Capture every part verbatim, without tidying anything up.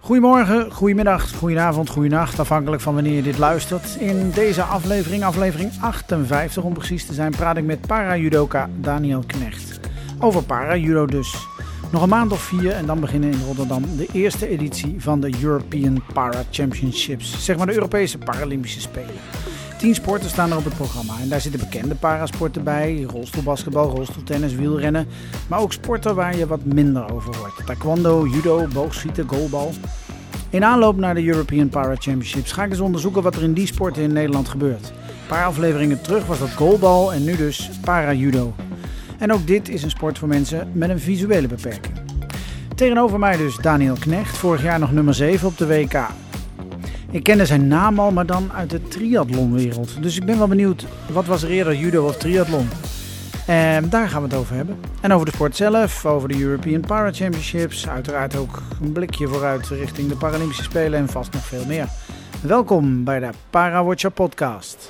Goedemorgen, goedemiddag, goedenavond, goedenacht, afhankelijk van wanneer je dit luistert. In deze aflevering, aflevering achtenvijftig om precies te zijn, praat ik met para-judoka Daniel Knecht. Over para-judo dus. Nog een maand of vier en dan beginnen in Rotterdam de eerste editie van de European Para Championships. Zeg maar de Europese Paralympische Spelen. Tien sporten staan er op het programma en daar zitten bekende parasporten bij. Rolstoelbasketbal, rolstoeltennis, wielrennen. Maar ook sporten waar je wat minder over hoort. Taekwondo, judo, boogschieten, goalbal. In aanloop naar de European Para Championships ga ik eens onderzoeken wat er in die sporten in Nederland gebeurt. Een paar afleveringen terug was dat goalbal en nu dus para-judo. En ook dit is een sport voor mensen met een visuele beperking. Tegenover mij dus Daniel Knecht, vorig jaar nog nummer zeven op de W K. Ik kende zijn naam al, maar dan uit de triathlonwereld. Dus ik ben wel benieuwd, wat was er eerder, judo of triathlon? En daar gaan we het over hebben. En over de sport zelf, over de European Para Championships. Uiteraard ook een blikje vooruit richting de Paralympische Spelen en vast nog veel meer. Welkom bij de Para Watcher podcast.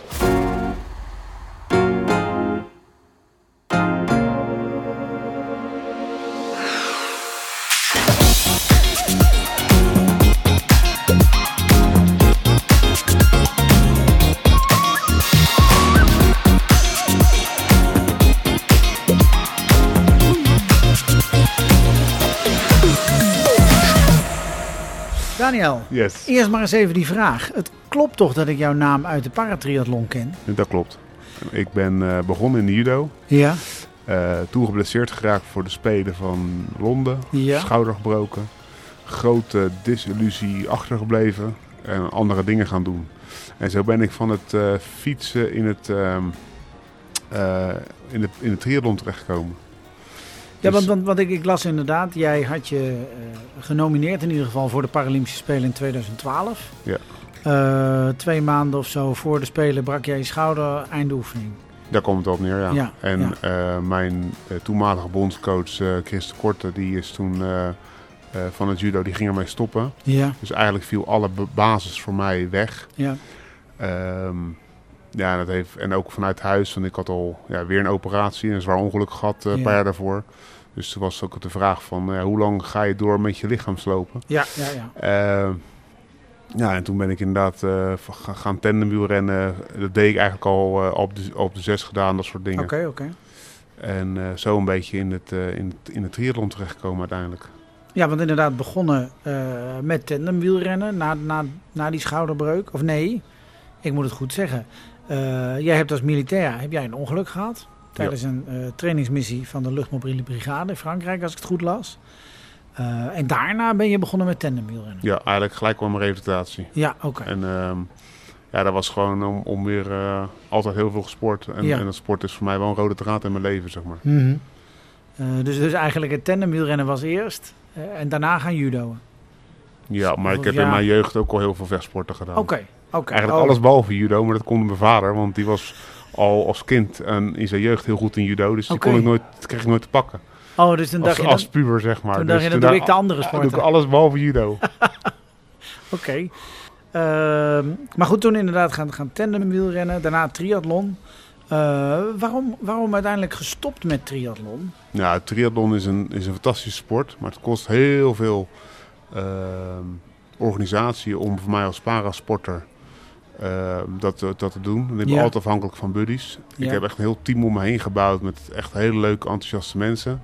Daniel, yes. Eerst maar eens even die vraag. Het klopt toch dat ik jouw naam uit de paratriathlon ken? Dat klopt. Ik ben uh, begonnen in de judo. Ja. Uh, toen geblesseerd geraakt voor de Spelen van Londen. Ja. Schouder gebroken. Grote disillusie achtergebleven. En andere dingen gaan doen. En zo ben ik van het uh, fietsen in het, uh, uh, in de, in de triathlon terechtgekomen. Ja, Dus... want, want, want ik, ik las inderdaad, jij had je uh, genomineerd in ieder geval voor de Paralympische Spelen in tweeduizend twaalf. Ja. Uh, twee maanden of zo voor de Spelen brak jij je schouder, einde oefening. Daar komt het op neer, ja. ja en ja. Uh, mijn uh, toenmalige bondscoach uh, Chris de Korte, die is toen uh, uh, van het judo, die ging ermee stoppen. Ja. Dus eigenlijk viel alle b- basis voor mij weg. Ja. Um, ja, dat heeft, en ook vanuit huis, want ik had al ja, weer een operatie, een zwaar ongeluk gehad, uh, een ja. paar jaar daarvoor. Dus toen was ook de vraag van, uh, hoe lang ga je door met je lichaam slopen? Ja, ja, ja. Uh, ja, en toen ben ik inderdaad uh, gaan tandemwielrennen. Dat deed ik eigenlijk al uh, op, de, op de zes gedaan, dat soort dingen. Oké, okay, oké. Okay. En uh, zo een beetje in het, uh, in het, in het triathlon terechtgekomen uiteindelijk. Ja, want inderdaad begonnen uh, met tandemwielrennen na, na, na die schouderbreuk. Of nee, ik moet het goed zeggen. Uh, jij hebt als militair heb jij een ongeluk gehad tijdens ja. een uh, trainingsmissie van de luchtmobiele brigade in Frankrijk, als ik het goed las. Uh, en daarna ben je begonnen met tandemwielrennen. Ja, eigenlijk gelijk kwam mijn revalidatie. Ja, oké. Okay. En uh, ja, dat was gewoon om, om weer uh, altijd heel veel gesport. En, ja. en dat sport is voor mij wel een rode draad in mijn leven, zeg maar. Mm-hmm. Uh, dus, dus eigenlijk het tandemwielrennen was eerst uh, en daarna gaan judoën. Ja, maar of ik heb ja. in mijn jeugd ook al heel veel vechtsporten gedaan. Oké. Okay. Okay. Eigenlijk oh. alles behalve judo, maar dat kon mijn vader, want die was al als kind en in zijn jeugd heel goed in judo, dus die okay. kon ik nooit, kreeg ik nooit te pakken. Oh, dus toen dacht als, je als dat, puber, zeg maar. Toen dus dacht je, dan toen doe ik de andere sporten. Doe ik alles behalve judo. Oké. Okay. Uh, maar goed, toen inderdaad gaan, gaan tandemwielrennen, daarna triathlon. Uh, waarom, waarom uiteindelijk gestopt met triathlon? Ja, triathlon is een, is een fantastische sport, maar het kost heel veel uh, organisatie om voor mij als parasporter uh, dat, dat te doen. Ik ben ja. altijd afhankelijk van buddies. Ja. Ik heb echt een heel team om me heen gebouwd met echt hele leuke, enthousiaste mensen.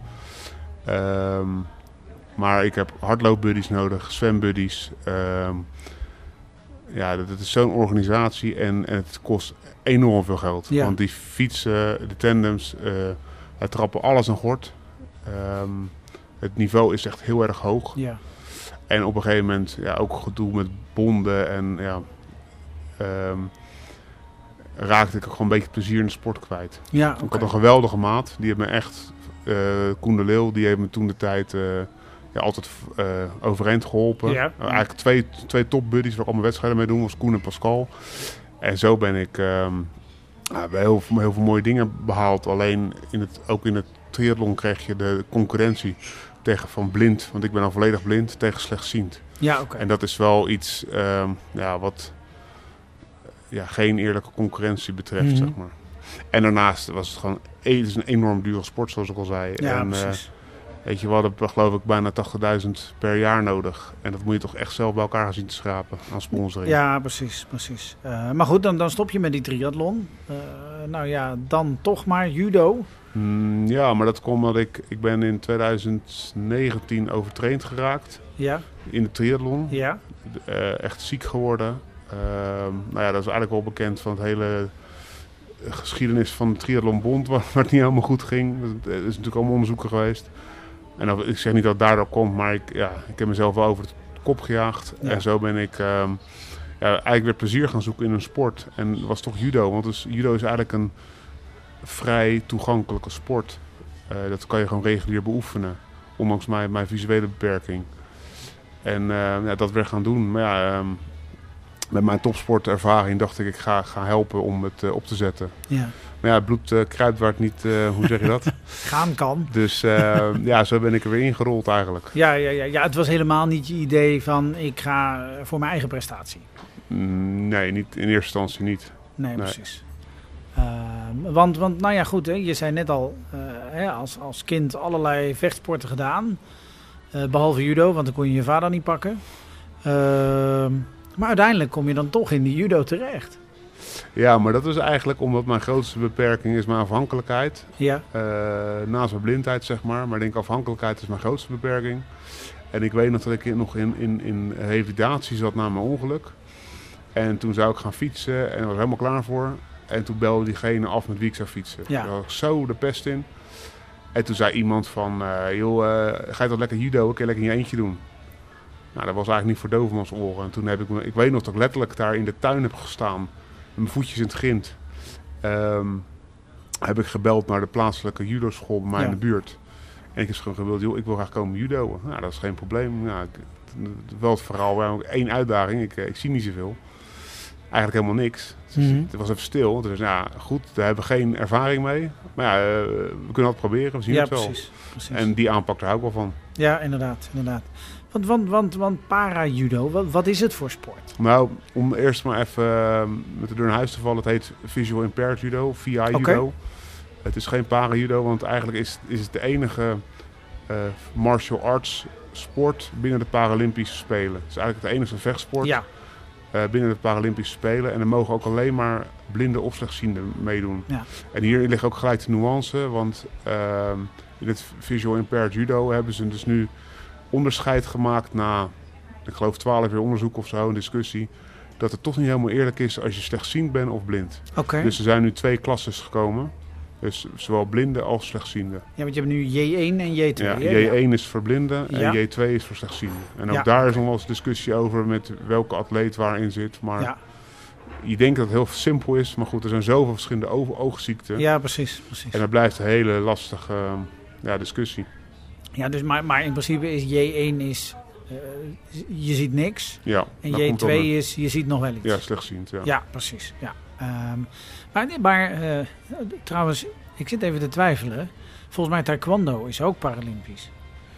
Um, maar ik heb hardloopbuddies nodig, zwembuddies. Um, ja, dat, dat is zo'n organisatie en, en het kost enorm veel geld. Ja. Want die fietsen, de tandems, uh, het trappen, alles aan gort. Um, het niveau is echt heel erg hoog. Ja. En op een gegeven moment ja, ook gedoe met bonden en ja, um, raakte ik ook gewoon een beetje plezier in de sport kwijt. Ja, okay. Ik had een geweldige maat, die heeft me echt, uh, Koen de Leeuw, die heeft me toen de tijd uh, ja, altijd uh, overeind geholpen. Ja. Uh, eigenlijk twee, twee topbuddies waar ik allemaal wedstrijden mee doen, was Koen en Pascal. En zo ben ik um, uh, heel, heel veel mooie dingen behaald. Alleen in het, ook in het triathlon kreeg je de concurrentie tegen van blind, want ik ben al volledig blind, tegen slechtziend. Ja, oké. Okay. En dat is wel iets um, ja, wat ja, geen eerlijke concurrentie betreft, mm-hmm. zeg maar. En daarnaast was het gewoon het is een enorm dure sport, zoals ik al zei. Ja, en, precies. Weet je, we hadden geloof ik bijna tachtigduizend per jaar nodig. En dat moet je toch echt zelf bij elkaar gaan zien te schrapen aan sponsoring. Ja, precies. precies. Uh, maar goed, dan, dan stop je met die triathlon. Uh, nou ja, dan toch maar judo. Mm, ja, maar dat komt omdat ik... Ik ben in twintig negentien overtraind geraakt. Ja. In de triathlon. Ja. Uh, echt ziek geworden. Uh, nou ja, dat is eigenlijk wel bekend van het hele geschiedenis van de Triathlonbond, waar, waar het niet helemaal goed ging. Er is natuurlijk allemaal onderzoeken geweest. En dat, ik zeg niet dat het daardoor komt, maar ik, ja, ik heb mezelf wel over de kop gejaagd. Ja. En zo ben ik um, ja, eigenlijk weer plezier gaan zoeken in een sport. En dat was toch judo, want dus, judo is eigenlijk een vrij toegankelijke sport. Uh, dat kan je gewoon regulier beoefenen, ondanks mijn, mijn visuele beperking. En uh, ja, dat weer gaan doen. Maar ja, um, met mijn topsportervaring dacht ik, ik ga, ga helpen om het uh, op te zetten. Ja. Maar ja, het bloed uh, kruipt waar het niet, uh, hoe zeg je dat? Gaan kan. Dus uh, ja, zo ben ik er weer ingerold eigenlijk. Ja, ja, ja, ja, het was helemaal niet je idee van ik ga voor mijn eigen prestatie. Mm, nee, niet, in eerste instantie niet. Nee, nee. Precies. Uh, want, want, nou ja, goed, hè, je zei net al, uh, hè, als, als kind allerlei vechtsporten gedaan. Uh, behalve judo, want dan kon je je vader niet pakken. Uh, maar uiteindelijk kom je dan toch in die judo terecht. Ja, maar dat is eigenlijk omdat mijn grootste beperking is mijn afhankelijkheid. Ja. Uh, naast mijn blindheid, zeg maar. Maar ik denk afhankelijkheid is mijn grootste beperking. En ik weet nog dat ik nog in, in, in revalidatie zat na mijn ongeluk. En toen zou ik gaan fietsen en ik was helemaal klaar voor. En toen belde diegene af met wie ik zou fietsen. Ja. Daar was zo de pest in. En toen zei iemand van, uh, joh, uh, ga je toch lekker judo? Kun je lekker in je eentje doen? Nou, dat was eigenlijk niet voor dovenmans oren. En toen heb ik me, ik weet nog dat ik letterlijk daar in de tuin heb gestaan. Met mijn voetjes in het grind. Um, heb ik gebeld naar de plaatselijke judoschool bij mij ja. in de buurt. En ik heb gewoon gewild, joh, ik wil graag komen judoën. Nou, dat is geen probleem. Nou, ik, wel het verhaal, we hebben één uitdaging. Ik, ik zie niet zoveel. Eigenlijk helemaal niks. Dus mm-hmm. Het was even stil. Dus ja, goed, daar hebben we geen ervaring mee. Maar ja, uh, we kunnen het proberen. We zien ja, het wel. Precies, precies. En die aanpak, daar hou ik wel van. Ja, inderdaad. inderdaad. Want, want, want, want para-judo, wat, wat is het voor sport? Nou, om eerst maar even uh, met de deur naar huis te vallen. Het heet Visual Impaired Judo, V I Judo. Okay. Het is geen para-judo, want eigenlijk is, is het de enige uh, martial arts sport binnen de Paralympische Spelen. Het is eigenlijk het enige vechtsport. Ja. Uh, binnen de Paralympische Spelen. En er mogen ook alleen maar blinde of slechtzienden meedoen. Ja. En hier ligt ook gelijk de nuance, want uh, in het Visual Impaired Judo hebben ze dus nu onderscheid gemaakt na, ik geloof twaalf jaar onderzoek of zo, een discussie, dat het toch niet helemaal eerlijk is als je slechtziend bent of blind. Okay. Dus er zijn nu twee klasses gekomen. Dus zowel blinde als slechtzienden. Ja, want je hebt nu J één en J twee. Ja, J één is voor blinden en ja. J twee is voor slechtzienden. En ook ja. daar is nog wel eens discussie over met welke atleet waarin zit. Maar ja. je denkt dat het heel simpel is. Maar goed, er zijn zoveel verschillende oogziekten. Ja, precies. precies. En dat blijft een hele lastige uh, ja, discussie. Ja, dus maar, maar in principe is J één is, uh, je ziet niks. Ja, en J twee is, je ziet nog wel iets. Ja, slechtziend. Ja, ja precies. Ja. Um, maar maar uh, trouwens, ik zit even te twijfelen. Volgens mij taekwondo is ook Paralympisch.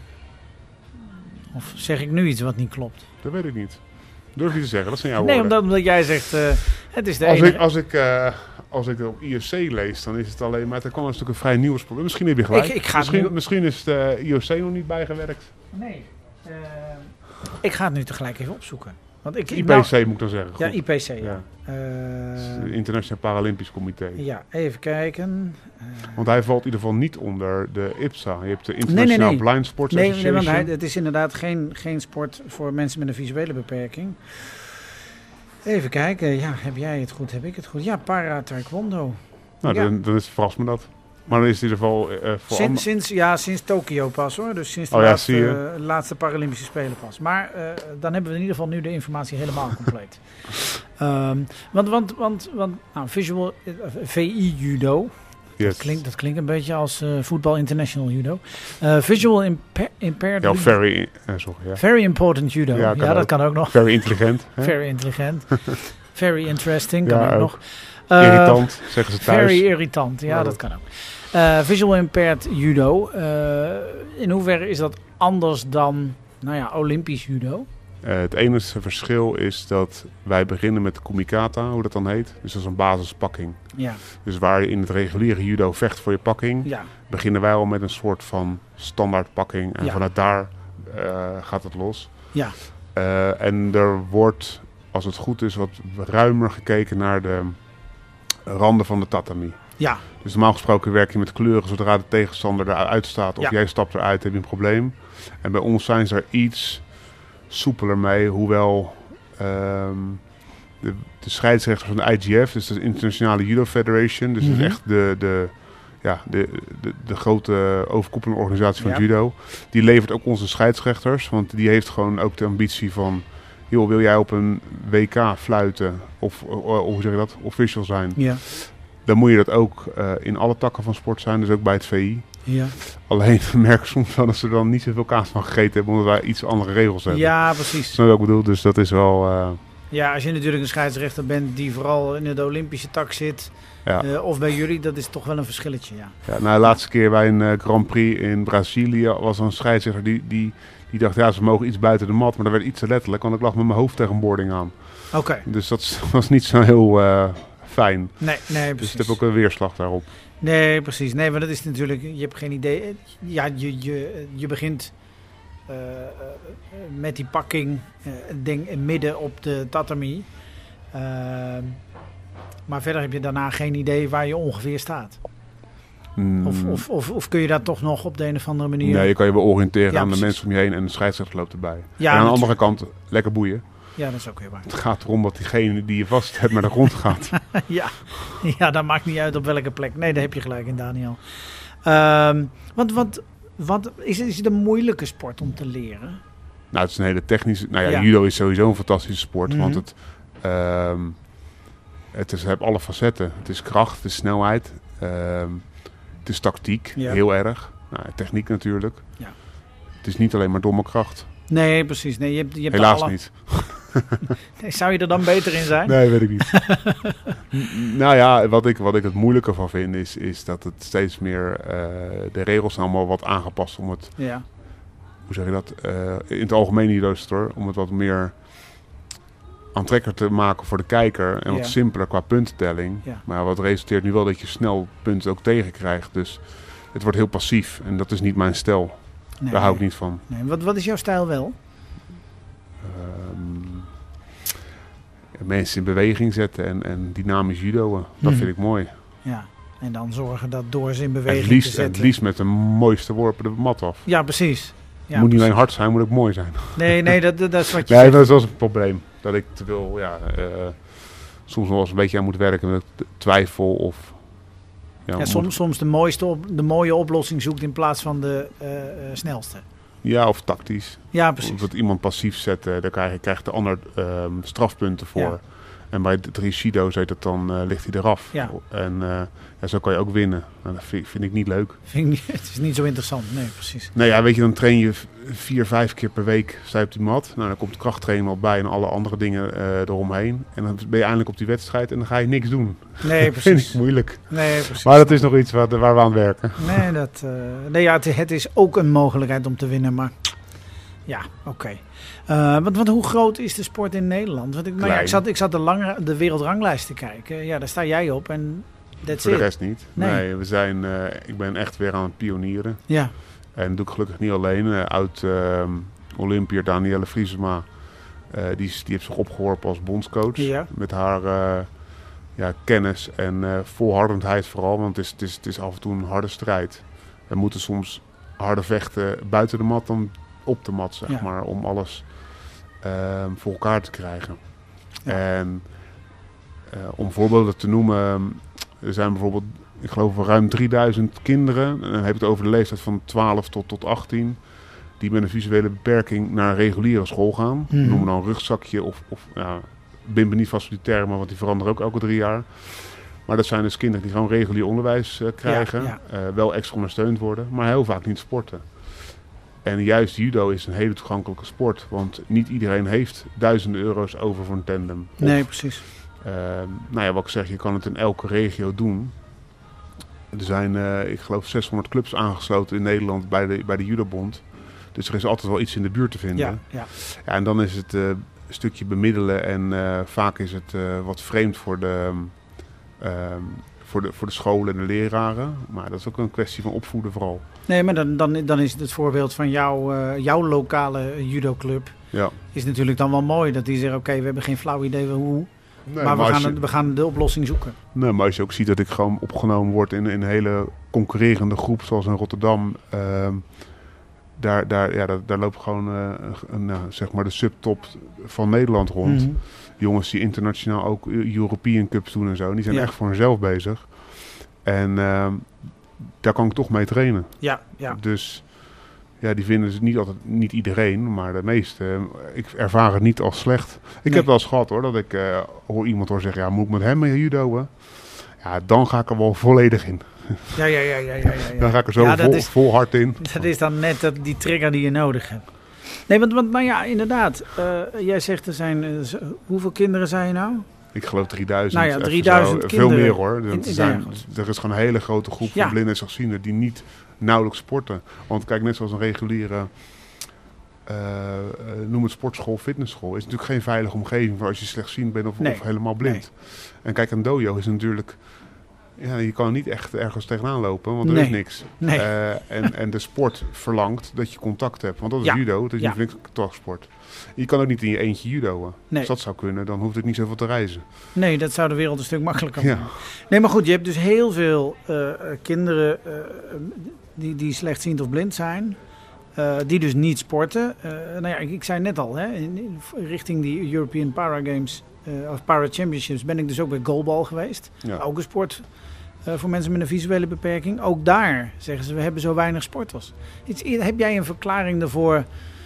Of zeg ik nu iets wat niet klopt? Dat weet ik niet. Durf je te zeggen, dat zijn jouw nee, woorden. Nee, omdat, omdat jij zegt, uh, het is de als enige... Ik, als ik, uh, als ik op I O C lees, dan is het alleen maar... taekwondo is natuurlijk een vrij nieuw sport. Misschien heb je gelijk. Ik, ik ga misschien, nu... misschien is de I O C nog niet bijgewerkt. Nee. Uh, ik ga het nu tegelijk even opzoeken. Want ik, I P C nou, moet ik dan zeggen. Ja, I P C, ja. ja. Uh, het Internationaal Paralympisch Comité. Ja, even kijken. Uh, want hij valt in ieder geval niet onder de I P S A. Je hebt de International nee, nee, nee. Blind Sports nee, Association. Nee, want hij, het is inderdaad geen, geen sport voor mensen met een visuele beperking. Even kijken. Ja, heb jij het goed? Heb ik het goed? Ja, para-taekwondo. Nou, ja. dan, dan is, verrast me dat. Maar dan is het in ieder geval... Uh, voor sinds, and- sinds, ja, sinds Tokio pas hoor. Dus sinds de oh, laatste, ja, uh, laatste Paralympische Spelen pas. Maar uh, dan hebben we in ieder geval nu de informatie helemaal compleet. um, want, want, want, want nou, Visual uh, V I Judo. Yes. Dat, klinkt, dat klinkt een beetje als uh, Voetbal International Judo. Uh, visual impa- Impaired... Ja, very, uh, sorry, ja. very Important Judo. Ja, ja dat ook. kan ook nog. Very intelligent. Very intelligent. Very interesting kan ja, ook, ook nog. Uh, irritant, zeggen ze thuis. Very irritant, ja, ja. dat kan ook. Uh, visual Impaired Judo. Uh, in hoeverre is dat anders dan, nou ja, Olympisch Judo? Uh, het enige verschil is dat wij beginnen met de kumikata, hoe dat dan heet. Dus dat is een basispakking. Ja. Dus waar je in het reguliere judo vecht voor je pakking, ja. beginnen wij al met een soort van standaard pakking. En ja. vanuit daar uh, gaat het los. Ja. Uh, en er wordt, als het goed is, wat ruimer gekeken naar de randen van de tatami. Ja. Dus normaal gesproken werk je met kleuren. Zodra de tegenstander eruit staat of ja. jij stapt eruit, heb je een probleem. En bij ons zijn ze er iets soepeler mee. Hoewel um, de, de scheidsrechter van de I G F, dus de Internationale Judo Federation, dus mm-hmm. dat is echt de, de, ja, de, de, de grote overkoepelende organisatie van ja. judo. Die levert ook onze scheidsrechters. Want die heeft gewoon ook de ambitie van, joh, wil jij op een W K fluiten of, of, of hoe zeg je dat, official zijn? Ja. Dan moet je dat ook uh, in alle takken van sport zijn, dus ook bij het V I. Ja. Alleen merk soms wel dat ze er dan niet zoveel kaas van gegeten hebben, omdat wij iets andere regels hebben. Ja, precies. Dat is wat ik bedoel, dus dat is wel... Uh... Ja, als je natuurlijk een scheidsrechter bent die vooral in de Olympische tak zit, ja. uh, of bij jullie, dat is toch wel een verschilletje, ja. Ja, nou, de laatste keer bij een uh, Grand Prix in Brazilië was er een scheidsrechter die, die, die dacht, ja, ze mogen iets buiten de mat, maar dat werd iets te letterlijk, want ik lag met mijn hoofd tegen een boarding aan. Oké. Okay. Dus dat was niet zo heel uh, fijn. Nee, nee, precies. Dus het heeft ook een weerslag daarop. Nee, precies. Nee, maar dat is natuurlijk, je hebt geen idee. Ja, je, je, je begint uh, uh, met die pakking, uh, ding midden op de tatami. Uh, maar verder heb je daarna geen idee waar je ongeveer staat. Mm. Of, of, of, of kun je dat toch nog op de een of andere manier... Nee, je kan je wel oriënteren ja, aan precies. de mensen om je heen en de scheidsrechter loopt erbij. Ja, en aan de andere kant, lekker boeien. Ja, dat is ook heel waar. Het gaat erom dat diegene die je vast hebt naar de grond gaat. ja. ja, dat maakt niet uit op welke plek. Nee, daar heb je gelijk in, Daniel. Um, want wat, wat, is, is het een moeilijke sport om te leren? Nou, het is een hele technische... Nou ja, ja. judo is sowieso een fantastische sport. Mm-hmm. Want het, um, het is, heeft alle facetten. Het is kracht, het is snelheid. Um, het is tactiek, ja. heel erg. Nou, techniek natuurlijk. Ja. Het is niet alleen maar domme kracht. Nee, precies. Nee, je hebt, je hebt Helaas alle... niet. nee, zou je er dan beter in zijn? Nee, weet ik niet. nou ja, wat ik, wat ik het moeilijker van vind is, is dat het steeds meer... Uh, de regels zijn allemaal wat aangepast om het... Ja. Hoe zeg je dat? Uh, in het algemeen judo hoor. Om het wat meer aantrekkelijker te maken voor de kijker. En wat ja. simpeler qua puntentelling. Ja. Maar wat resulteert nu wel dat je snel punten ook tegenkrijgt. Dus het wordt heel passief. En dat is niet mijn stijl. Nee, Daar hou ik niet van. Nee, wat, wat is jouw stijl wel? Um, mensen in beweging zetten en, en dynamisch judoën. Dat hmm. vind ik mooi. Ja, en dan zorgen dat door ze in beweging het liefst, te zetten. Het liefst met de mooiste worpen de mat af. Ja, precies. Ja, moet niet precies. alleen hard zijn, moet ook mooi zijn. Nee, nee, dat, dat is wat je Nee, zegt. dat is wel eens een probleem. Dat ik te veel, ja, uh, soms nog wel eens een beetje aan moet werken met twijfel of... Ja, ja, soms, soms de, mooiste op, de mooie oplossing zoekt in plaats van de uh, uh, snelste. Ja, of tactisch. Ja, precies. Of dat iemand passief zet, uh, daar krijg je, krijgt de ander uh, strafpunten voor. Ja. En bij de drie Shido's heet het dan, uh, ligt hij eraf. Ja. En uh, ja, zo kan je ook winnen. Nou, dat vind, vind ik niet leuk. Vind ik niet, het is niet zo interessant, nee, precies. Nee, ja, weet je, dan train je vier, vijf keer per week, sta je op die mat. Nou, dan komt krachttraining al bij en alle andere dingen uh, eromheen. En dan ben je eindelijk op die wedstrijd en dan ga je niks doen. Nee, precies. Dat vind ik moeilijk. Nee, precies. Maar dat is nog iets wat, waar we aan werken. Nee, dat, uh, nee ja, het, het is ook een mogelijkheid om te winnen, maar... Ja, oké. Okay. Uh, want, want hoe groot is de sport in Nederland? Want ik, maar ja, ik zat, ik zat de, lange, de wereldranglijst te kijken. Ja, daar sta jij op en that's Voor it. de rest niet. Nee, nee we zijn, uh, ik ben echt weer aan het pionieren. Ja. En dat doe ik gelukkig niet alleen. Uh, oud uh, Olympiër Danielle Vriesema, uh, die, die heeft zich opgeworpen als bondscoach. Ja. Met haar uh, ja, kennis en uh, volhardendheid vooral. Want het is, het, is, het is af en toe een harde strijd. We moeten soms harder vechten buiten de mat dan op de mat, zeg ja. maar, om alles uh, voor elkaar te krijgen. Ja. En uh, om voorbeelden te noemen, er zijn bijvoorbeeld, ik geloof ruim drieduizend kinderen, en dan heb ik het over de leeftijd van twaalf tot, tot achttien, die met een visuele beperking naar een reguliere school gaan. Hmm. Noemen dan een rugzakje of, of ja, ik ben niet vast voor die termen, want die veranderen ook elke drie jaar. Maar dat zijn dus kinderen die gewoon regulier onderwijs uh, krijgen, ja, ja. Uh, wel extra ondersteund worden, maar heel vaak niet sporten. En juist judo is een hele toegankelijke sport. Want niet iedereen heeft duizenden euro's over voor een tandem. Of, nee, precies. Uh, nou ja, wat ik zeg, je kan het in elke regio doen. Er zijn, uh, ik geloof, zeshonderd clubs aangesloten in Nederland bij de, bij de judobond. Dus er is altijd wel iets in de buurt te vinden. Ja, ja. Ja, en dan is het uh, een stukje bemiddelen en uh, vaak is het uh, wat vreemd voor de, uh, voor, de, voor de scholen en de leraren. Maar dat is ook een kwestie van opvoeden vooral. Nee, maar dan, dan, dan is het het voorbeeld van jou, uh, jouw lokale judoclub. Ja. Is natuurlijk dan wel mooi dat die zeggen, oké, okay, we hebben geen flauw idee van hoe. Nee, maar we, maar gaan, je, we gaan de oplossing zoeken. Nee, maar als je ook ziet dat ik gewoon opgenomen word in, in een hele concurrerende groep, zoals in Rotterdam. Uh, daar, daar, ja, daar, daar loopt gewoon uh, een, uh, zeg maar de subtop van Nederland rond. Mm-hmm. Jongens die internationaal ook European Cups doen en zo. Die zijn ja. echt voor hunzelf bezig. En uh, daar kan ik toch mee trainen. Ja, ja. Dus ja, die vinden ze niet altijd, niet iedereen, maar de meeste. Uh, ik ervaar het niet als slecht. Ik nee. heb wel eens gehad hoor, dat ik uh, hoor iemand hoor zeggen, ja, moet ik met hem mee judoën? Ja, dan ga ik er wel volledig in. Ja, ja, ja, ja, ja, ja. Dan ga ik er zo ja, vol, is, vol hard in. Dat is dan net dat, die trigger die je nodig hebt. Nee, want, want nou ja, inderdaad. Uh, jij zegt er zijn, uh, hoeveel kinderen zijn je nou? Ik geloof drieduizend. Nou ja, drieduizend kinderen. Veel meer hoor. Er, zijn, er is gewoon een hele grote groep van ja. blinden en slechtzienden die niet nauwelijks sporten. Want kijk, net zoals een reguliere, uh, noem het sportschool, fitnessschool, is natuurlijk geen veilige omgeving voor als je slechtziend bent of, nee. of helemaal blind. Nee. En kijk, een dojo is natuurlijk, ja, je kan niet echt ergens tegenaan lopen, want er nee. is niks. Nee. Uh, en, en de sport verlangt dat je contact hebt. Want dat is ja. judo, dat is ja. niet contactsport. Je kan ook niet in je eentje judoën. Nee. Als dat zou kunnen, dan hoeft het niet zoveel te reizen. Nee, dat zou de wereld een stuk makkelijker maken. Ja. Nee, maar goed, je hebt dus heel veel uh, kinderen uh, die, die slechtziend of blind zijn. Uh, die dus niet sporten. Uh, nou ja, ik, ik zei net al, hè, in, in, richting die European Para Games uh, of Para Championships ben ik dus ook bij goalball geweest. Ja. Ook een sport uh, voor mensen met een visuele beperking. Ook daar zeggen ze, we hebben zo weinig sporters. Iets, heb jij een verklaring daarvoor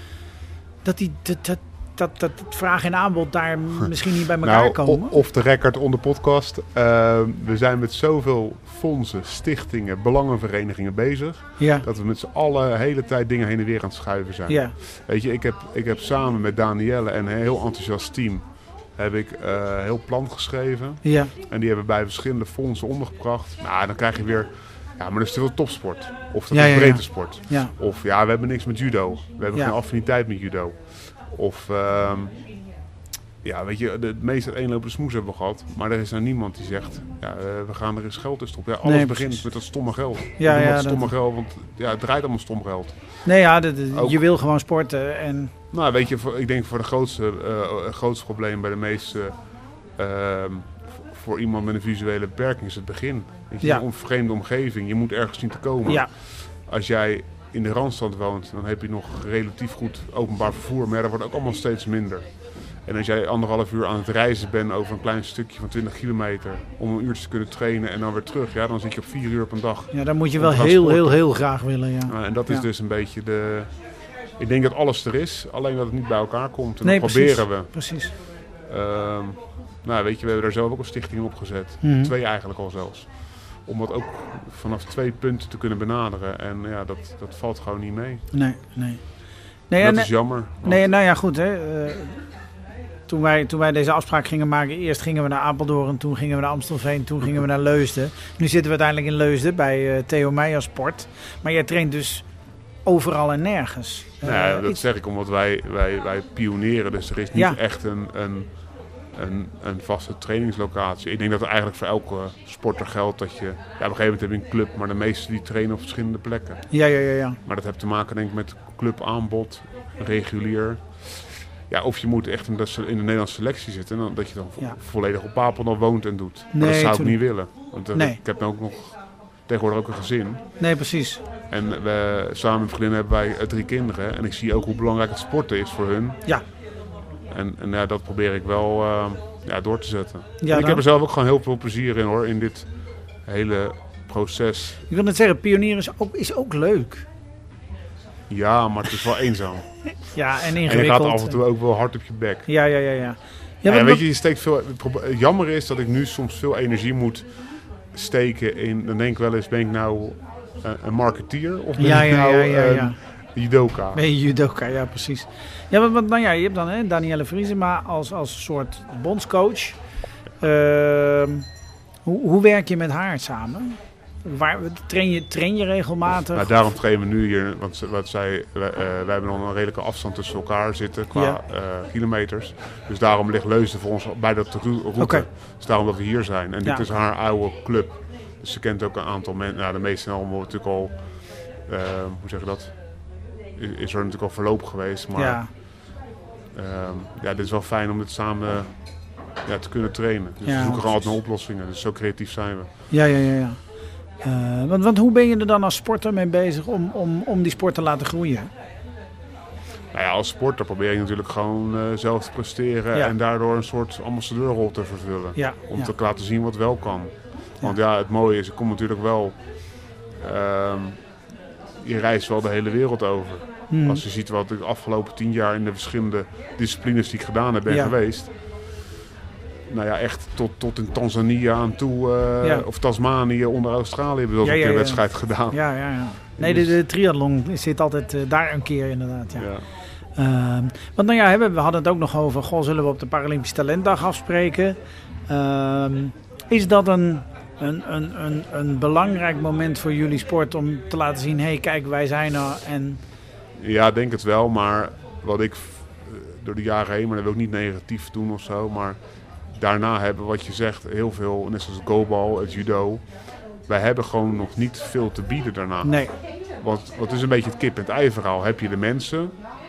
dat die dat, dat, dat, dat vraag en aanbod daar misschien niet bij elkaar nou, komen? Of de record onder podcast. Uh, we zijn met zoveel fondsen, stichtingen, belangenverenigingen bezig. Ja. Dat we met z'n allen de hele tijd dingen heen en weer aan het schuiven zijn. Ja. Weet je, ik heb, ik heb samen met Danielle en een heel enthousiast team heb ik uh, een heel plan geschreven. Ja. En die hebben bij verschillende fondsen ondergebracht. Nou, dan krijg je weer, ja, maar dat is te veel topsport. Of dat ja, is ja, breedte sport. Ja. Of ja, we hebben niks met judo. We hebben ja. geen affiniteit met judo. Of, uh, ja, weet je, de, de meeste uiteenlopende smoes hebben we gehad. Maar er is nou niemand die zegt, ja, uh, we gaan er eens geld in stoppen. Ja, alles nee, begint met dat stomme geld. Ja, ja, dat stomme dat... geld, want ja, het draait allemaal stom geld. Nee, ja, de, de, Ook, je wil gewoon sporten. En... Nou, weet je, voor, ik denk voor de grootste, uh, grootste probleem bij de meeste, uh, voor iemand met een visuele beperking is het begin. Weet je, ja. Een vreemde omgeving, je moet ergens zien te komen. Ja. Als jij in de Randstad woont, dan heb je nog relatief goed openbaar vervoer, maar dat wordt ook allemaal steeds minder. En als jij anderhalf uur aan het reizen bent over een klein stukje van twintig kilometer om een uurtje te kunnen trainen en dan weer terug, ja, dan zit je op vier uur op een dag. Ja, dan moet je wel heel, heel, heel graag willen, ja. Uh, en dat is ja. dus een beetje de... Ik denk dat alles er is, alleen dat het niet bij elkaar komt. En nee, dat precies, proberen we. Precies. Uh, nou, weet je, we hebben daar zelf ook een stichting in opgezet. Mm-hmm. Twee eigenlijk al zelfs. Om dat ook vanaf twee punten te kunnen benaderen. En ja, dat, dat valt gewoon niet mee. Nee, nee. nee dat en, is jammer. Nee, nou ja, goed. Hè. Uh, toen, wij, toen wij deze afspraak gingen maken, eerst gingen we naar Apeldoorn, toen gingen we naar Amstelveen, toen gingen we naar Leusden. Nu zitten we uiteindelijk in Leusden bij uh, Theo Meijer Sport. Maar jij traint dus overal en nergens. Uh, nou ja, dat iets... zeg ik omdat wij, wij, wij pionieren. Dus er is niet ja. echt een... een Een, een vaste trainingslocatie. Ik denk dat er eigenlijk voor elke sporter geldt dat je... Ja, op een gegeven moment heb je een club, maar de meesten die trainen op verschillende plekken. Ja, ja, ja, ja. Maar dat heeft te maken denk ik met clubaanbod, regulier. Ja, of je moet echt in de, in de Nederlandse selectie zitten. En dat je dan ja. volledig op Papendal woont en doet. Nee, maar dat zou ik niet willen. Want uh, nee. ik heb ook nog tegenwoordig ook een gezin. Nee, precies. En we, samen met vriendinnen hebben wij uh, drie kinderen. En ik zie ook hoe belangrijk het sporten is voor hun. Ja. En, en ja, dat probeer ik wel uh, ja, door te zetten. Ja, en ik nou, heb er zelf ook gewoon heel veel plezier in hoor, in dit hele proces. Ik wil net zeggen, pionieren is ook, is ook leuk. Ja, maar het is wel eenzaam. Ja, en ingewikkeld. En je gaat af en toe ook wel hard op je bek. Ja, ja, ja. ja. ja, ja, ja weet je, je steekt veel... Het jammer is dat ik nu soms veel energie moet steken in... Dan denk ik wel eens, ben ik nou uh, een marketeer? Of ben ja, ik ja, nou ja, ja, ja. Um, judoka? Ben je judoka, ja precies. Ja, want, want nou ja, je hebt dan hè, Danielle Vriesema als, als soort bondscoach. Uh, hoe, hoe werk je met haar samen? waar, train, je, train je regelmatig? Nou, daarom trainen we nu hier, want wat zij, wij, uh, wij hebben nog een redelijke afstand tussen elkaar zitten qua ja. uh, kilometers. Dus daarom ligt Leusden voor ons bij dat route. Okay. Dus daarom dat we hier zijn. En ja. dit is haar oude club. Dus ze kent ook een aantal mensen. Nou, de meesten allemaal natuurlijk al, uh, hoe zeg je dat? Is, is er natuurlijk al verloop geweest. Maar ja. Uh, ja, dit is wel fijn om dit samen ja, te kunnen trainen. Dus ja, we zoeken gewoon altijd naar oplossingen. Dus zo creatief zijn we. Ja, ja, ja. ja. Uh, want, want hoe ben je er dan als sporter mee bezig om, om, om die sport te laten groeien? Nou ja, als sporter probeer je natuurlijk gewoon uh, zelf te presteren ja. en daardoor een soort ambassadeurrol te vervullen. Ja. Om ja. te laten zien wat wel kan. Want ja, ja het mooie is, ik kom natuurlijk wel, uh, je reist wel de hele wereld over. Hmm. Als je ziet wat ik de afgelopen tien jaar in de verschillende disciplines die ik gedaan heb ben ja. geweest. Nou ja, echt tot, tot in Tanzania aan toe, uh, ja. of Tasmanië onder Australië hebben we wel ja, een keer ja, ja. wedstrijd gedaan. Ja, ja, ja. Nee, de, de triathlon zit altijd uh, daar een keer inderdaad. Ja. Ja. Uh, want nou ja, we hadden het ook nog over, goh, zullen we op de Paralympisch Talentdag afspreken? Uh, is dat een, een, een, een, een belangrijk moment voor jullie sport om te laten zien, hé, hey, kijk, wij zijn er en... Ja, ik denk het wel, maar wat ik door de jaren heen, maar dat wil ik niet negatief doen of zo, maar daarna hebben wat je zegt heel veel, net zoals het goalbal, het judo. Wij hebben gewoon nog niet veel te bieden daarna. Nee. Want wat is een beetje het kip en het ei verhaal. Heb je de mensen,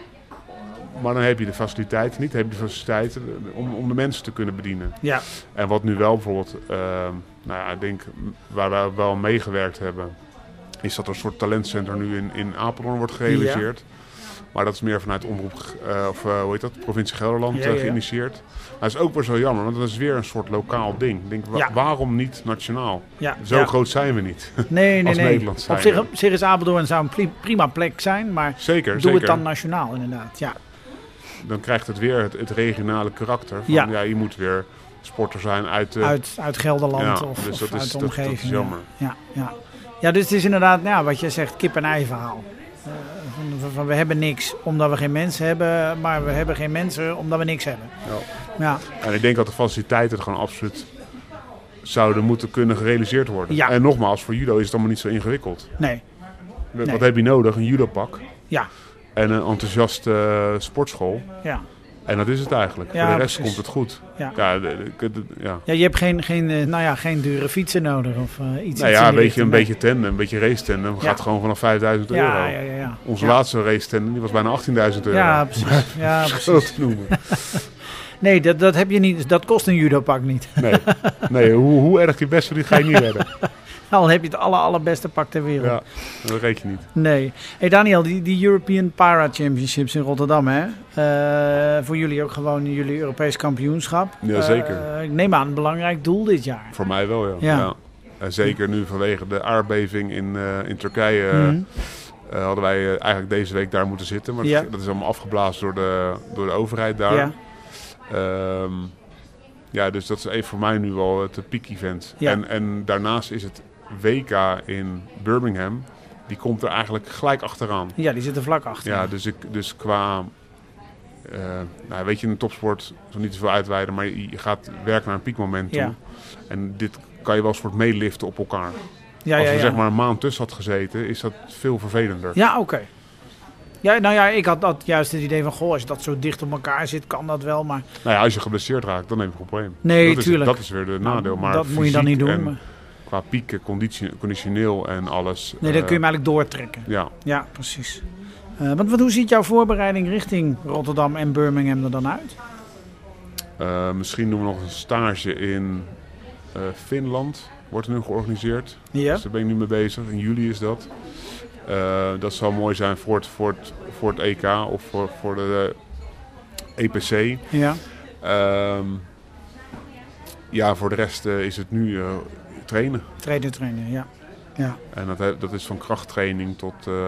maar dan heb je de faciliteiten niet. Heb je de faciliteiten om, om de mensen te kunnen bedienen. Ja. En wat nu wel bijvoorbeeld, uh, nou ja, ik denk waar we wel meegewerkt hebben, is dat er een soort talentcentrum nu in, in Apeldoorn wordt gerealiseerd. Ja. Maar dat is meer vanuit omroep, uh, of uh, hoe heet dat, provincie Gelderland ja, ja. uh, geïnitieerd. Maar dat is ook weer zo jammer, want dat is weer een soort lokaal ding. Ik denk, wa- ja. waarom niet nationaal? Ja. Zo ja. groot zijn we niet. Nee, nee, als nee. Nederland zijn. Op zich, op zich is Apeldoorn zou een prima plek zijn, maar zeker, doe zeker. het dan nationaal inderdaad. Ja. Dan krijgt het weer het, het regionale karakter. Van, ja. ja, je moet weer sporter zijn uit de... Uit, uit Gelderland ja, of, dus of dat uit is, de omgeving. Dat, dat is jammer. Ja, ja. ja, dus het is inderdaad, nou, wat je zegt, kip en ei verhaal. Uh, van, van, we hebben niks omdat we geen mensen hebben, maar we hebben geen mensen omdat we niks hebben. Ja. Ja. En ik denk dat de faciliteiten gewoon absoluut zouden moeten kunnen gerealiseerd worden. Ja. En nogmaals, voor judo is het allemaal niet zo ingewikkeld. Nee. Wat nee. heb je nodig? Een judopak. Ja. En een enthousiaste uh, sportschool. Ja. En dat is het eigenlijk. Ja, voor de rest precies. Komt het goed. Ja, ja, de, de, de, ja. ja je hebt geen, geen, nou ja, geen dure fietsen nodig of uh, iets. Nou ja, een beetje, een beetje tandem, een beetje race tandem. Ja. Gaat gewoon vanaf vijfduizend euro. Ja, ja, ja, ja. Onze ja. laatste race tandem die was bijna achttienduizend euro. Ja, precies. Ja, precies. Te noemen. Nee, dat, dat heb je niet. Dat kost een judopak niet. Nee, nee hoe, hoe erg je best verdient ga je niet redden. Al heb je het aller, allerbeste pak ter wereld. Ja, dat weet je niet. Nee. Hey Daniel, die, die European Para Championships in Rotterdam, hè? Uh, voor jullie ook gewoon jullie Europees kampioenschap. Ja, zeker. Uh, ik neem aan een belangrijk doel dit jaar. Voor mij wel, ja. ja. ja. En zeker nu vanwege de aardbeving in, uh, in Turkije mm-hmm. uh, hadden wij uh, eigenlijk deze week daar moeten zitten. Maar ja. dat is allemaal afgeblazen door de, door de overheid daar. Ja. Um, ja, dus dat is even voor mij nu wel het peak-event. Ja. En, en daarnaast is het W K in Birmingham, die komt er eigenlijk gelijk achteraan. Ja, die zit er vlak achter. Ja, dus, ik, dus qua, uh, nou, weet je, in de topsport, zo niet te veel uitweiden, maar je, je gaat werken naar een piekmoment toe. Ja. En dit kan je wel een soort meeliften op elkaar. Ja, Als ja, er ja. zeg maar een maand tussen had gezeten, is dat veel vervelender. Ja, oké. Okay. Ja, nou ja, ik had dat juist het idee van, goh, als dat zo dicht op elkaar zit, kan dat wel, maar... Nou ja, als je geblesseerd raakt, dan heb je een probleem. Nee, dat tuurlijk. Is, dat is weer de nadeel. Maar dat moet je dan niet doen. Maar... Qua pieken, conditie, conditioneel en alles... Nee, dat uh, kun je hem eigenlijk doortrekken. Ja. Ja, precies. Uh, want, want hoe ziet jouw voorbereiding richting Rotterdam en Birmingham er dan uit? Uh, misschien doen we nog een stage in uh, Finland. Wordt er nu georganiseerd. Ja. Dus daar ben ik nu mee bezig. In juli is dat. Uh, dat zal mooi zijn voor het, voor het, voor het E K of voor, voor de uh, E P C. Ja. Um, ja, voor de rest uh, is het nu uh, trainen. Trainen, trainen, ja. ja. En dat, dat is van krachttraining tot, uh,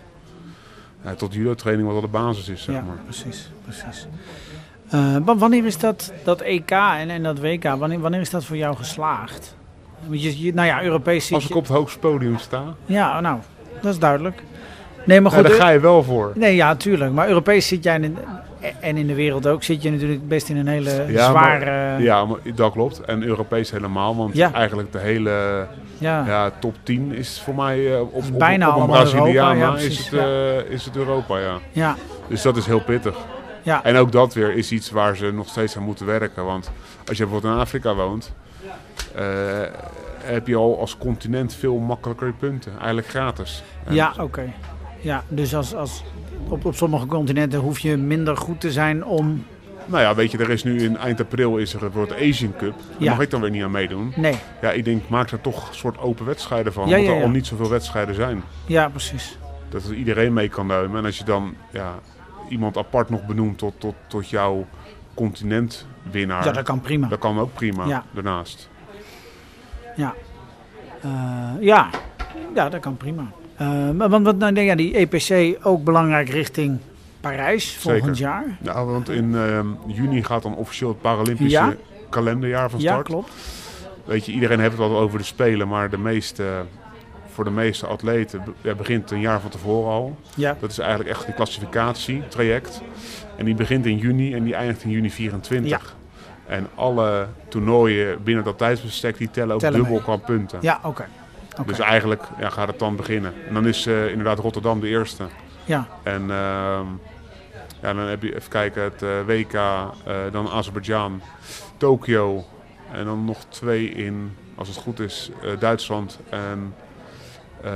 ja, tot judo-training, wat al de basis is, zeg ja, maar. precies, precies. Uh, wanneer is dat, dat E K en, en dat W K, wanneer, wanneer is dat voor jou geslaagd? Je, je, nou ja, Europees... Als ik op het hoogste podium sta. Ja, nou, dat is duidelijk. Nee, maar goed, ja, daar ga je wel voor. Nee, ja, tuurlijk. Maar Europees zit jij in, en in de wereld ook zit je natuurlijk best in een hele ja, zware... Maar, ja, maar dat klopt. En Europees helemaal. Want ja. eigenlijk de hele ja. Ja, top tien is voor mij uh, op, op, bijna op, op een Braziliaan ja, is, het, uh, ja. is het Europa. Ja. Ja. Dus dat is heel pittig. Ja. En ook dat weer is iets waar ze nog steeds aan moeten werken. Want als je bijvoorbeeld in Afrika woont, uh, heb je al als continent veel makkelijker punten. Eigenlijk gratis. En ja, oké. Okay. Ja, dus als, als op, op sommige continenten hoef je minder goed te zijn om... Nou ja, weet je, er is nu in eind april is er wordt de Asian Cup. Daar ja. mag ik dan weer niet aan meedoen. Nee. Ja, ik denk, maak er toch een soort open wedstrijden van. Ja, omdat ja, ja. er al niet zoveel wedstrijden zijn. Ja, precies. Dat er iedereen mee kan nemen. En als je dan ja, iemand apart nog benoemt tot, tot, tot jouw continentwinnaar. Ja, dat kan prima. Dat kan ook prima, ja. daarnaast. Ja. Uh, ja. Ja, dat kan prima. Uh, maar want, nou, ja, die E P C ook belangrijk richting Parijs volgend Zeker. jaar. Ja, want in uh, juni gaat dan officieel het Paralympische ja? kalenderjaar van start. Ja, klopt. Weet je, iedereen heeft het al over de Spelen, maar de meeste, voor de meeste atleten ja, begint een jaar van tevoren al. Ja. Dat is eigenlijk echt een klassificatietraject. En die begint in juni en die eindigt in juni vierentwintig. Ja. En alle toernooien binnen dat tijdsbestek die tellen ook tellen dubbel mee. Qua punten. Ja, oké. Okay. Okay. Dus eigenlijk ja, gaat het dan beginnen. En dan is uh, inderdaad Rotterdam de eerste. Ja. En uh, ja, dan heb je even kijken, het uh, W K, uh, dan Azerbeidzjan, Tokio en dan nog twee in, als het goed is, uh, Duitsland en uh,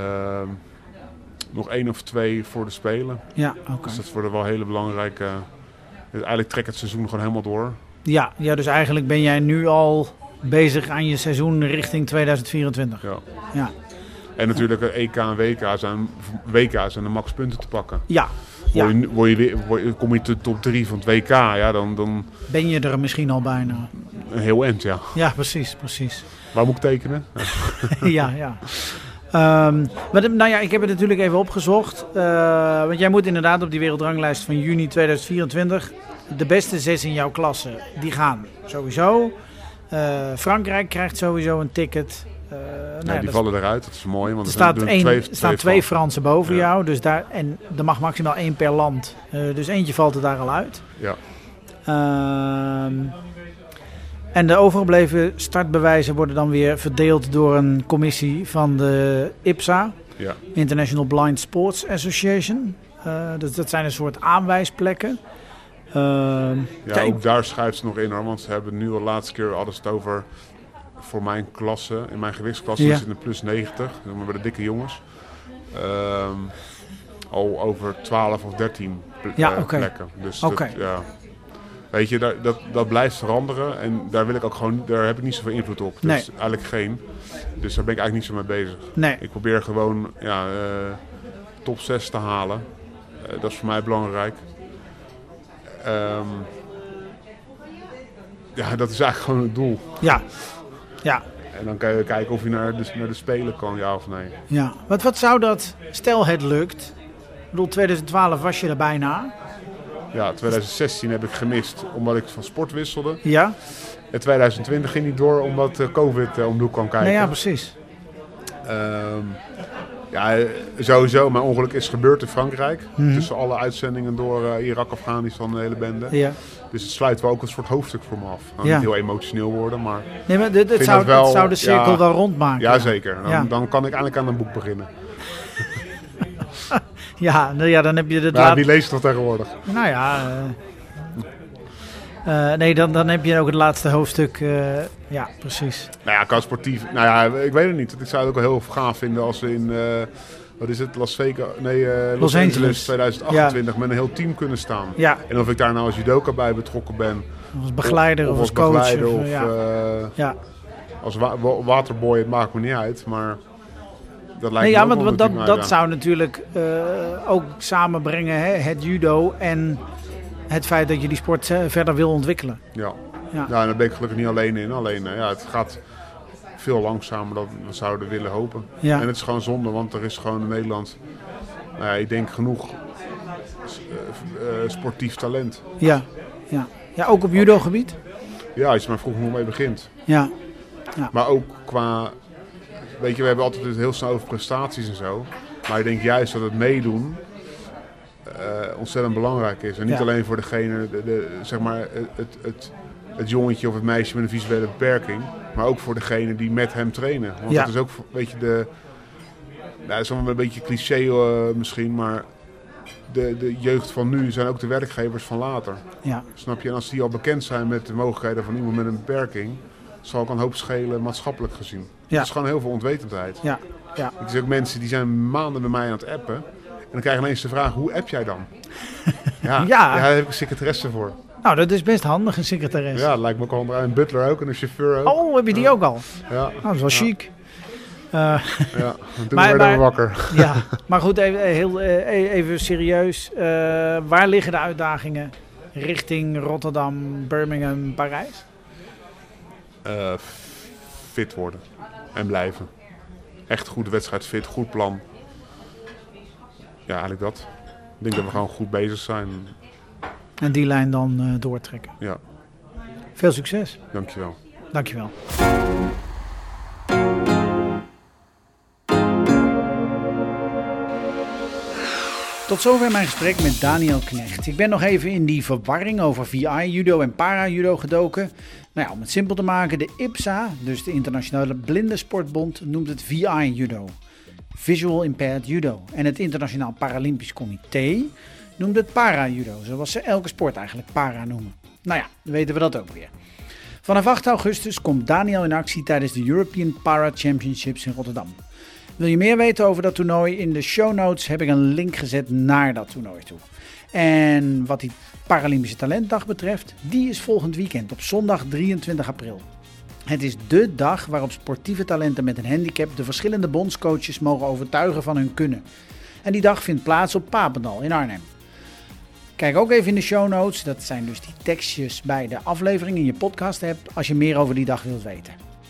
nog één of twee voor de Spelen. Ja, oké. Okay. Dus dat worden wel hele belangrijke. Uh, eigenlijk trekt het seizoen gewoon helemaal door. Ja, ja, dus eigenlijk ben jij nu al bezig aan je seizoen richting tweeduizend vierentwintig. Ja. Ja. En natuurlijk E K en W K zijn, W K zijn de max punten te pakken. Ja. Word je, ja. word je weer, word je, kom je tot top drie van het W K, ja, dan, dan... Ben je er misschien al bijna. Een heel eind, ja. Ja, precies, precies. Waar moet ik tekenen? ja, ja. Um, maar, nou ja, ik heb het natuurlijk even opgezocht. Uh, want jij moet inderdaad op die wereldranglijst van juni tweeduizend vierentwintig... de beste zes in jouw klasse, die gaan sowieso. Uh, Frankrijk krijgt sowieso een ticket. Uh, ja, nou ja, die vallen eruit, dat is mooi. Want er staat er één, twee, staan twee, twee Fransen boven ja. jou. Dus daar, en er mag maximaal één per land. Uh, dus eentje valt er daar al uit. Ja. Uh, en de overgebleven startbewijzen worden dan weer verdeeld door een commissie van de I P S A. Ja. International Blind Sports Association. Uh, dus dat zijn een soort aanwijsplekken. Uh, ja, kijk, ook daar schuift ze nog in hoor. Want ze hebben nu al de laatste keer hadden ze het over... Voor mijn klasse, in mijn gewichtsklasse, ja. zit in plus negentig, bij de dikke jongens. Um, al over twaalf of dertien ple- ja, uh, okay. plekken. Dus okay. dat, ja. Weet je, dat, dat, dat blijft veranderen en daar wil ik ook gewoon, daar heb ik niet zoveel invloed op. Dus nee. eigenlijk geen. Dus daar ben ik eigenlijk niet zo mee bezig. Nee. Ik probeer gewoon ja, uh, top zes te halen. Uh, dat is voor mij belangrijk. Um, ja, dat is eigenlijk gewoon het doel. Ja. Ja. En dan kan je kijken of je naar de, naar de Spelen kan, ja of nee. Ja, wat, wat zou dat, stel het lukt. Ik bedoel, tweeduizend twaalf was je er bijna. Ja, tweeduizend zestien heb ik gemist omdat ik van sport wisselde. Ja. En tweeduizend twintig ging niet door omdat uh, COVID uh, om de hoek kwam kijken. Nee, ja, precies. Um, ja, sowieso. Mijn ongeluk is gebeurd in Frankrijk. Mm-hmm. Tussen alle uitzendingen door uh, Irak, Afghanistan, de hele bende. Ja. Dus het sluit wel ook een soort hoofdstuk voor me af. Nou, ja. Niet heel emotioneel worden, maar... Nee, maar dit, dit zou, het, wel, het zou de cirkel ja, wel rondmaken. Ja, zeker. Dan, ja. dan kan ik eindelijk aan een boek beginnen. ja, nou ja, dan heb je het... Nou, laat... die lees ik toch tegenwoordig. Nou ja... Uh, uh, nee, dan, dan heb je ook het laatste hoofdstuk. Uh, ja, precies. Nou ja, qua sportief... Nou ja, ik weet het niet. Ik zou het ook wel heel gaaf vinden als we in... Uh, wat is het? Las Vegas? Nee, uh, Los, Los Angeles, Angeles tweeduizend achtentwintig ja. met een heel team kunnen staan. Ja. En of ik daar nou als judoka bij betrokken ben. Of als begeleider of, of als coach. Begeleider, of, of ja. Uh, ja. als wa- waterboy, het maakt me niet uit. Maar dat lijkt nee, me ja, ook want, wel want dat, nou, dat ja. zou natuurlijk uh, ook samenbrengen, hè? Het judo en het feit dat je die sport uh, verder wil ontwikkelen. Ja. Ja. Ja, en daar ben ik gelukkig niet alleen in. Alleen, uh, ja, het gaat veel langzamer dan we zouden willen hopen. Ja. En het is gewoon zonde, want er is gewoon in Nederland, nou ja, ik denk genoeg uh, uh, sportief talent. Ja. Ja. Ja, ook op judo-gebied? Ja, als je maar vroeg nog mee begint. Ja. Ja. Maar ook qua, weet je, we hebben altijd het heel snel over prestaties en zo. Maar ik denk juist dat het meedoen uh, ontzettend belangrijk is. En niet ja. alleen voor degene, de, de, zeg maar, het, het, het, het jongetje of het meisje met een visuele beperking. Maar ook voor degene die met hem trainen. Want ja. dat is ook een beetje de... Nou, dat is allemaal een beetje cliché uh, misschien, maar... De, de jeugd van nu zijn ook de werkgevers van later. Ja. Snap je? En als die al bekend zijn met de mogelijkheden van iemand met een beperking... zal ook een hoop schelen maatschappelijk gezien. Ja. Dat is gewoon heel veel onwetendheid. Ja. Ja. Ik zie ook mensen die zijn maanden bij mij aan het appen. En dan krijg je ineens de vraag, hoe app jij dan? ja, ja. ja, daar heb ik een secretaresse voor. Nou, dat is best handig, een secretaresse. Ja, dat lijkt me ook al een butler ook en een chauffeur ook. Oh, heb je die ja. ook al? Ja. Nou, dat is wel ja. chic. Uh, ja, toen werden we wakker. Ja, maar goed, even, heel, even serieus. Uh, waar liggen de uitdagingen richting Rotterdam, Birmingham, Parijs? Uh, fit worden en blijven. Echt goed wedstrijd fit, goed plan. Ja, eigenlijk dat. Ik denk dat we gewoon goed bezig zijn. En die lijn dan uh, doortrekken. Ja. Veel succes. Dankjewel. Dankjewel. Tot zover mijn gesprek met Daniel Knecht. Ik ben nog even in die verwarring over V I-judo en para-judo gedoken. Nou ja, om het simpel te maken, de I P S A, dus de Internationale Blindensportbond, noemt het V I-judo. Visual Impaired Judo. En het Internationaal Paralympisch Comité noemt het para-judo, zoals ze elke sport eigenlijk para noemen. Nou ja, dan weten we dat ook weer. Vanaf acht augustus komt Daniel in actie tijdens de European Para Championships in Rotterdam. Wil je meer weten over dat toernooi? In de show notes heb ik een link gezet naar dat toernooi toe. En wat die Paralympische Talentdag betreft, die is volgend weekend op zondag drieëntwintig april. Het is dé dag waarop sportieve talenten met een handicap de verschillende bondscoaches mogen overtuigen van hun kunnen. En die dag vindt plaats op Papendal in Arnhem. Kijk ook even in de show notes, dat zijn dus die tekstjes bij de aflevering in je podcast hebt, als je meer over die dag wilt weten.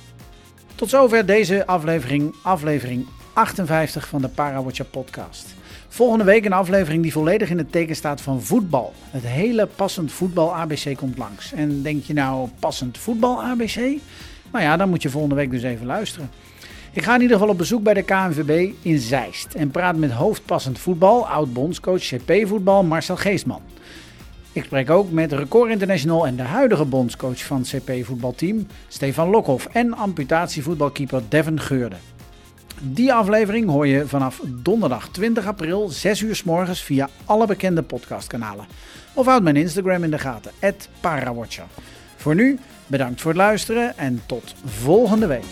Tot zover deze aflevering, aflevering achtenvijftig van de ParaWatcher podcast. Volgende week een aflevering die volledig in het teken staat van voetbal. Het hele Passend Voetbal A B C komt langs. En denk je nou Passend Voetbal A B C? Nou ja, dan moet je volgende week dus even luisteren. Ik ga in ieder geval op bezoek bij de K N V B in Zeist en praat met hoofdpassend voetbal, oud-bondscoach C P-voetbal Marcel Geestman. Ik spreek ook met Record International en de huidige bondscoach van het C P-voetbalteam, Stefan Lokhoff, en amputatievoetbalkeeper Devin Geurde. Die aflevering hoor je vanaf donderdag twintig april, zes uur 's morgens via alle bekende podcastkanalen. Of houd mijn Instagram in de gaten, at ParaWatcher. Voor nu, bedankt voor het luisteren en tot volgende week.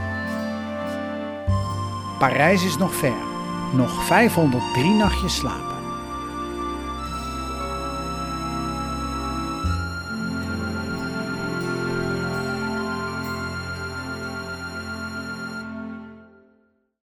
Parijs is nog ver. Nog vijfhonderddrie nachtjes slapen.